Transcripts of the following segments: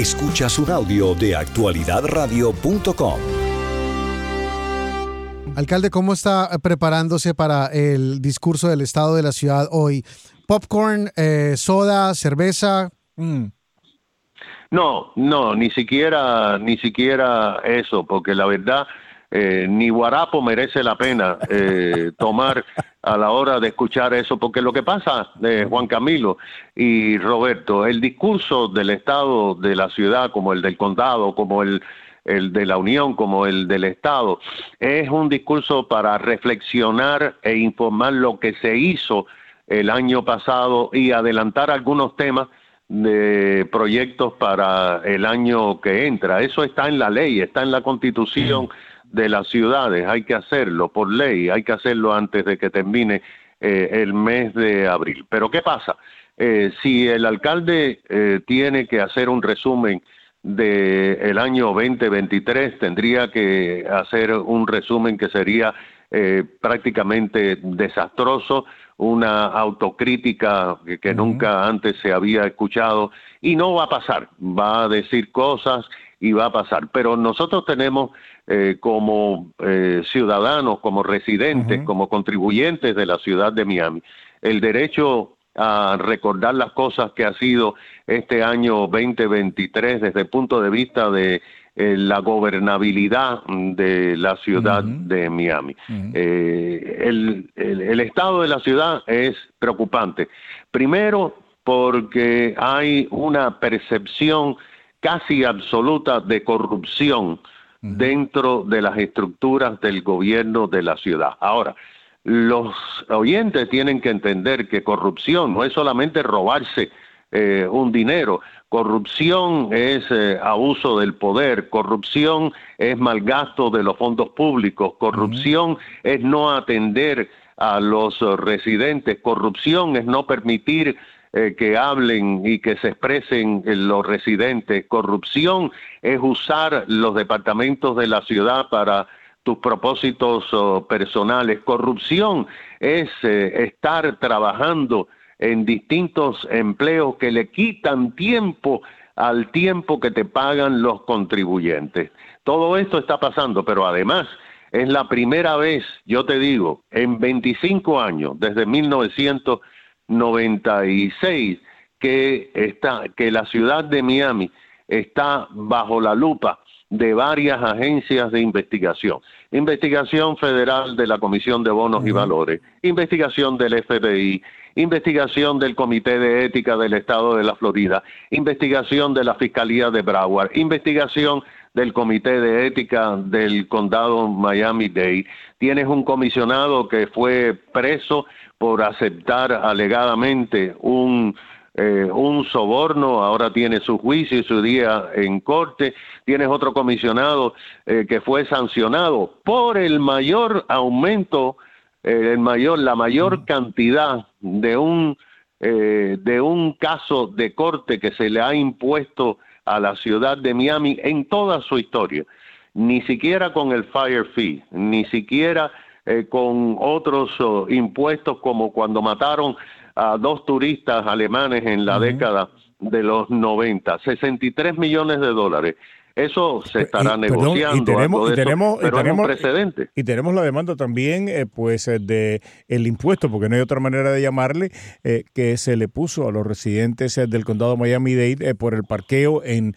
Escuchas un audio de actualidadradio.com. Alcalde, ¿cómo está preparándose para el discurso del Estado de la ciudad hoy? ¿Popcorn, soda, cerveza? No, ni siquiera eso, porque la verdad ni guarapo merece la pena tomar a la hora de escuchar eso, porque lo que pasa, Juan Camilo y Roberto, el discurso del Estado de la ciudad, como el del condado, como el de la Unión, como el del Estado, es un discurso para reflexionar e informar lo que se hizo el año pasado y adelantar algunos temas de proyectos para el año que entra. Eso está en la ley, está en la Constitución de las ciudades, hay que hacerlo por ley, hay que hacerlo antes de que termine el mes de abril. Pero ¿qué pasa? Si el alcalde tiene que hacer un resumen del año 2023, tendría que hacer un resumen que sería prácticamente desastroso, una autocrítica que nunca antes se había escuchado, y no va a pasar, va a decir cosas y va a pasar. Pero nosotros tenemos como ciudadanos, como residentes, como contribuyentes de la ciudad de Miami, el derecho a recordar las cosas que ha sido este año 2023 desde el punto de vista de la gobernabilidad de la ciudad de Miami. El estado de la ciudad es preocupante. Primero, porque hay una percepción casi absoluta de corrupción dentro de las estructuras del gobierno de la ciudad. Ahora, los oyentes tienen que entender que corrupción no es solamente robarse un dinero. Corrupción es abuso del poder, corrupción es malgasto de los fondos públicos, corrupción es no atender a los residentes, corrupción es no permitir que hablen y que se expresen los residentes, corrupción es usar los departamentos de la ciudad para tus propósitos personales, corrupción es estar trabajando en distintos empleos que le quitan tiempo al tiempo que te pagan los contribuyentes. Todo esto está pasando, pero además es la primera vez, yo te digo, en 25 años, desde 1996, que la ciudad de Miami está bajo la lupa de varias agencias de investigación. Investigación federal de la Comisión de Bonos y Valores, investigación del FBI, investigación del Comité de Ética del Estado de la Florida, investigación de la Fiscalía de Broward, investigación del Comité de Ética del Condado Miami-Dade. Tienes un comisionado que fue preso por aceptar alegadamente un soborno, ahora tiene su juicio y su día en corte. Tienes otro comisionado que fue sancionado por el mayor aumento, la mayor cantidad de un caso de corte que se le ha impuesto a la ciudad de Miami en toda su historia. Ni siquiera con el fire fee, ni siquiera con otros impuestos como cuando mataron a 2 turistas alemanes en la década de los 90, $63 millones. Eso se estará negociando, pero es un precedente. Y tenemos la demanda también, de el impuesto, porque no hay otra manera de llamarle, que se le puso a los residentes del condado Miami-Dade por el parqueo en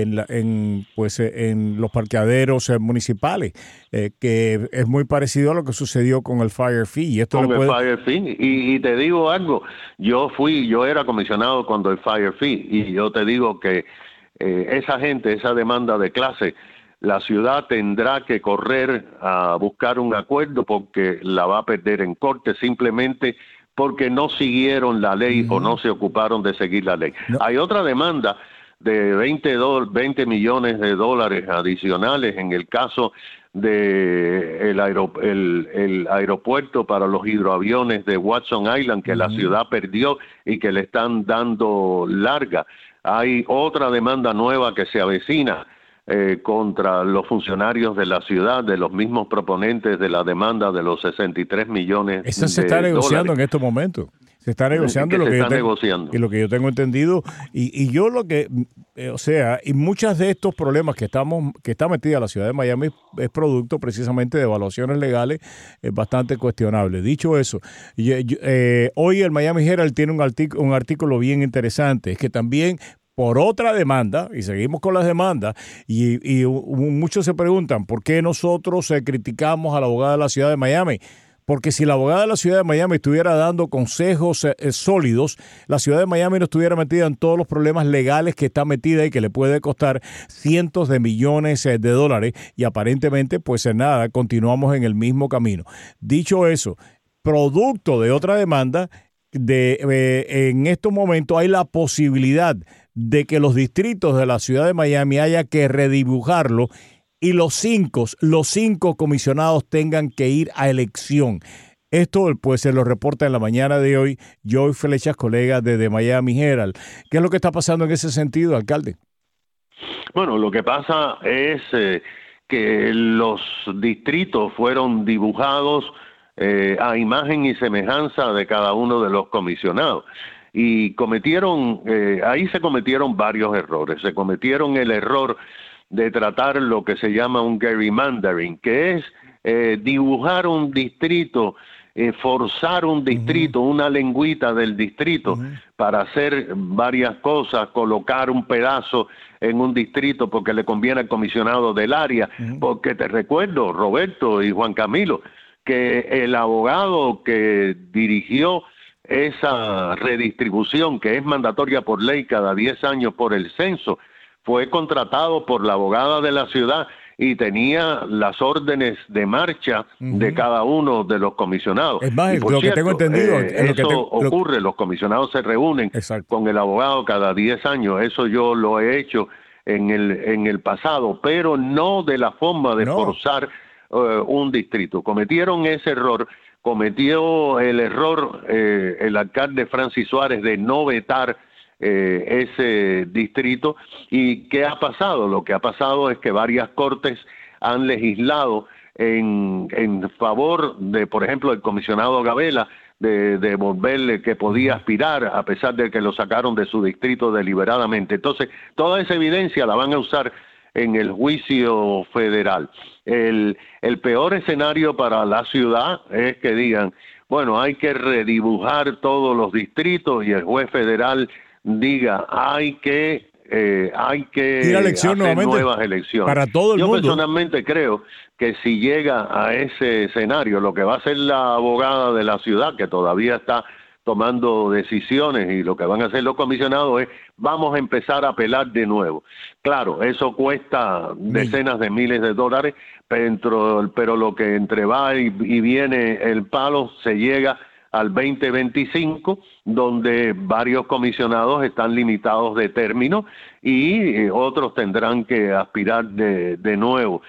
los parqueaderos municipales, que es muy parecido a lo que sucedió con el fire fee. El fire fee, y te digo algo, yo era comisionado cuando el fire fee, y yo te digo que esa gente, esa demanda de clase, la ciudad tendrá que correr a buscar un acuerdo porque la va a perder en corte simplemente porque no siguieron la ley o no se ocuparon de seguir la ley. No. Hay otra demanda de 20 millones de dólares adicionales en el caso de el aeropuerto para los hidroaviones de Watson Island, que la ciudad perdió y que le están dando larga. Hay otra demanda nueva que se avecina contra los funcionarios de la ciudad, de los mismos proponentes de la demanda de los 63 millones Esa se está negociando en estos momentos. Se está negociando, que se está negociando. Y lo que yo tengo entendido, y yo lo que, o sea, y muchos de estos problemas que está metida la ciudad de Miami es producto precisamente de evaluaciones legales bastante cuestionables. Dicho eso, hoy el Miami Herald tiene un artículo bien interesante, es que también por otra demanda, y seguimos con las demandas, y muchos se preguntan, ¿por qué nosotros criticamos a la abogada de la ciudad de Miami? Porque si la abogada de la ciudad de Miami estuviera dando consejos sólidos, la ciudad de Miami no estuviera metida en todos los problemas legales que está metida y que le puede costar cientos de millones de dólares, y aparentemente, pues nada, continuamos en el mismo camino. Dicho eso, producto de otra demanda, en estos momentos hay la posibilidad de que los distritos de la ciudad de Miami haya que redibujarlo y los cinco comisionados tengan que ir a elección. Esto pues se lo reporta en la mañana de hoy Joey Flechas, colega de The Miami Herald. ¿Qué es lo que está pasando en ese sentido, alcalde? Bueno, lo que pasa es que los distritos fueron dibujados a imagen y semejanza de cada uno de los comisionados. Y ahí se cometieron varios errores. Se cometieron el error de tratar lo que se llama un gerrymandering, que es dibujar un distrito, forzar un distrito, una lengüita del distrito para hacer varias cosas, colocar un pedazo en un distrito porque le conviene al comisionado del área, porque te recuerdo, Roberto y Juan Camilo, que el abogado que dirigió esa redistribución, que es mandatoria por ley cada 10 años por el censo, fue contratado por la abogada de la ciudad y tenía las órdenes de marcha de cada uno de los comisionados. Es más, lo que tengo entendido... ocurre, los comisionados se reúnen con el abogado cada 10 años, eso yo lo he hecho en el pasado, pero no de la forma de forzar un distrito. Cometieron ese error, cometió el error el alcalde Francis Suárez de no vetar ese distrito. ¿Y qué ha pasado? Lo que ha pasado es que varias cortes han legislado en favor de, por ejemplo, el comisionado Gabela, de volverle que podía aspirar a pesar de que lo sacaron de su distrito deliberadamente. Entonces, toda esa evidencia la van a usar en el juicio federal. El peor escenario para la ciudad es que digan, bueno, hay que redibujar todos los distritos y el juez federal diga, hay que ir a hacer nuevas elecciones. Para todo el mundo. Yo personalmente creo que si llega a ese escenario, lo que va a hacer la abogada de la ciudad, que todavía está tomando decisiones, y lo que van a hacer los comisionados es, vamos a empezar a apelar de nuevo. Claro, eso cuesta decenas de miles de dólares, pero lo que entre va y viene el palo, se llega al 2025, donde varios comisionados están limitados de término y otros tendrán que aspirar de nuevo.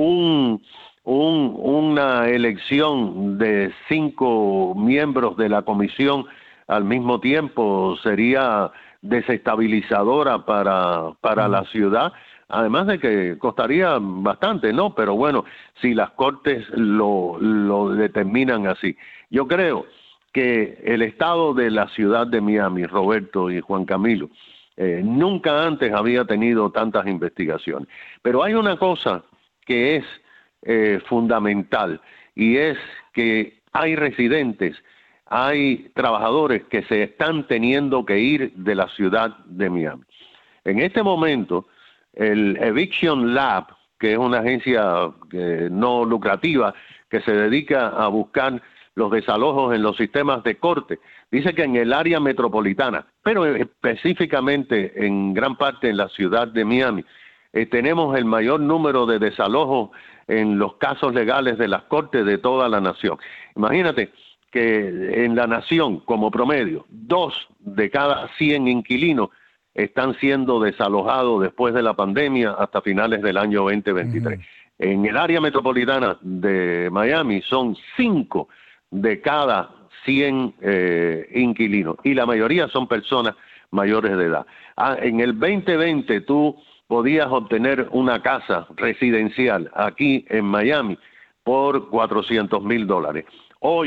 Una elección de 5 miembros de la comisión al mismo tiempo sería desestabilizadora para la ciudad, además de que costaría bastante, ¿no? Pero bueno, si las cortes lo determinan así. Yo creo que el estado de la ciudad de Miami, Roberto y Juan Camilo, nunca antes había tenido tantas investigaciones. Pero hay una cosa que es fundamental, y es que hay residentes, hay trabajadores que se están teniendo que ir de la ciudad de Miami. En este momento, el Eviction Lab, que es una agencia no lucrativa que se dedica a buscar los desalojos en los sistemas de corte, dice que en el área metropolitana, pero específicamente en gran parte en la ciudad de Miami, tenemos el mayor número de desalojos en los casos legales de las cortes de toda la nación. Imagínate que en la nación, como promedio, 2 de cada 100 inquilinos están siendo desalojados después de la pandemia hasta finales del año 2023. En el área metropolitana de Miami son 5 de cada 100 inquilinos, y la mayoría son personas mayores de edad. En el 2020 tú podías obtener una casa residencial aquí en Miami por $400,000. Hoy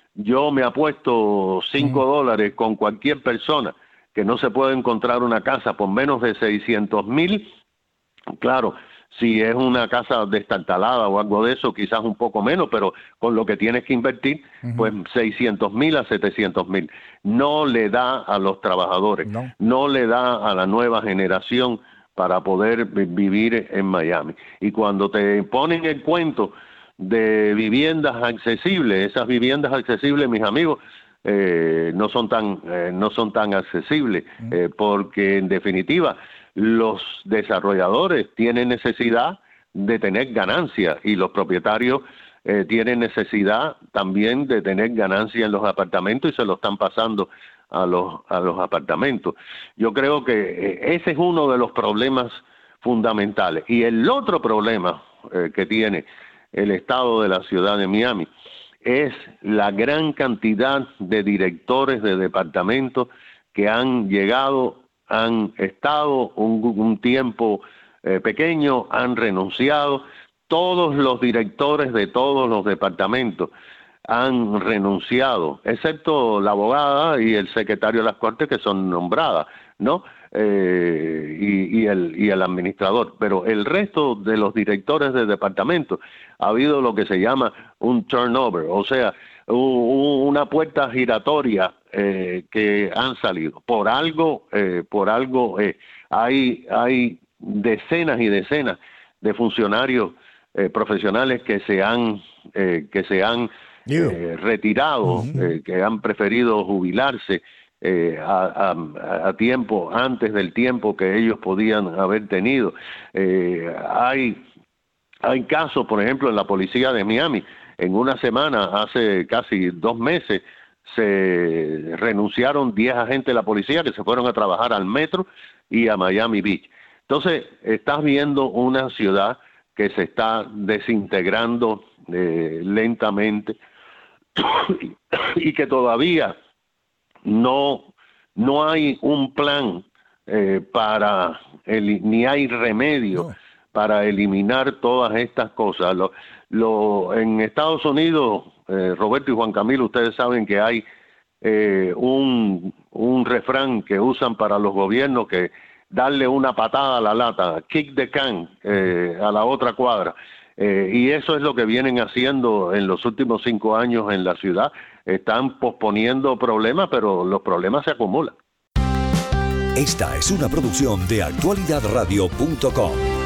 yo me apuesto $5 con cualquier persona que no se puede encontrar una casa por menos de 600,000. Claro, si es una casa destartalada o algo de eso, quizás un poco menos, pero con lo que tienes que invertir, pues 600,000 a 700,000. No le da a los trabajadores, no le da a la nueva generación para poder vivir en Miami. Y cuando te ponen el cuento de viviendas accesibles, esas viviendas accesibles, mis amigos, no son tan accesibles, porque en definitiva los desarrolladores tienen necesidad de tener ganancias y los propietarios tienen necesidad también de tener ganancias en los apartamentos y se lo están pasando a los apartamentos. Yo creo que ese es uno de los problemas fundamentales. Y el otro problema que tiene el estado de la ciudad de Miami es la gran cantidad de directores de departamentos que han llegado, han estado un tiempo pequeño, han renunciado. Todos los directores de todos los departamentos han renunciado, excepto la abogada y el secretario de las Cortes, que son nombradas, ¿no? Y el administrador. Pero el resto de los directores de departamento ha habido lo que se llama un turnover, o sea, una puerta giratoria que han salido. Por algo hay decenas y decenas de funcionarios profesionales que se han retirado, que han preferido jubilarse a tiempo, antes del tiempo que ellos podían haber tenido. Hay casos, por ejemplo, en la policía de Miami. En una semana, hace casi 2 meses, se renunciaron 10 agentes de la policía que se fueron a trabajar al metro y a Miami Beach. Entonces, estás viendo una ciudad que se está desintegrando lentamente y que todavía no hay un plan ni hay remedio para eliminar todas estas cosas. En Estados Unidos, Roberto y Juan Camilo, ustedes saben que hay un refrán que usan para los gobiernos, que darle una patada a la lata, kick the can, a la otra cuadra. Y eso es lo que vienen haciendo en los últimos 5 años en la ciudad. Están posponiendo problemas, pero los problemas se acumulan. Esta es una producción de actualidadradio.com.